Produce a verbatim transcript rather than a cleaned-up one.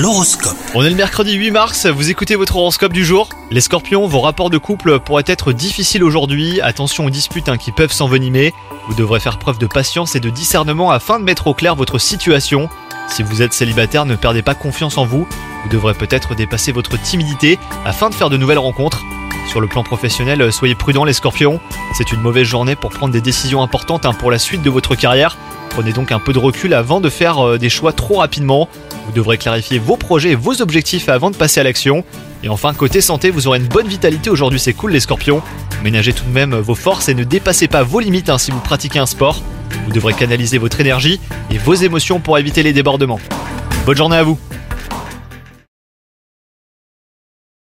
L'horoscope. On est le mercredi huit mars, vous écoutez votre horoscope du jour. Les scorpions, vos rapports de couple pourraient être difficiles aujourd'hui. Attention aux disputes hein, qui peuvent s'envenimer. Vous devrez faire preuve de patience et de discernement afin de mettre au clair votre situation. Si vous êtes célibataire, ne perdez pas confiance en vous. Vous devrez peut-être dépasser votre timidité afin de faire de nouvelles rencontres. Sur le plan professionnel, soyez prudents les scorpions. C'est une mauvaise journée pour prendre des décisions importantes hein, pour la suite de votre carrière. Prenez donc un peu de recul avant de faire euh, des choix trop rapidement. Vous devrez clarifier vos projets et vos objectifs avant de passer à l'action. Et enfin, côté santé, vous aurez une bonne vitalité aujourd'hui, c'est cool les scorpions. Ménagez tout de même vos forces et ne dépassez pas vos limites hein, si vous pratiquez un sport. Vous devrez canaliser votre énergie et vos émotions pour éviter les débordements. Bonne journée à vous.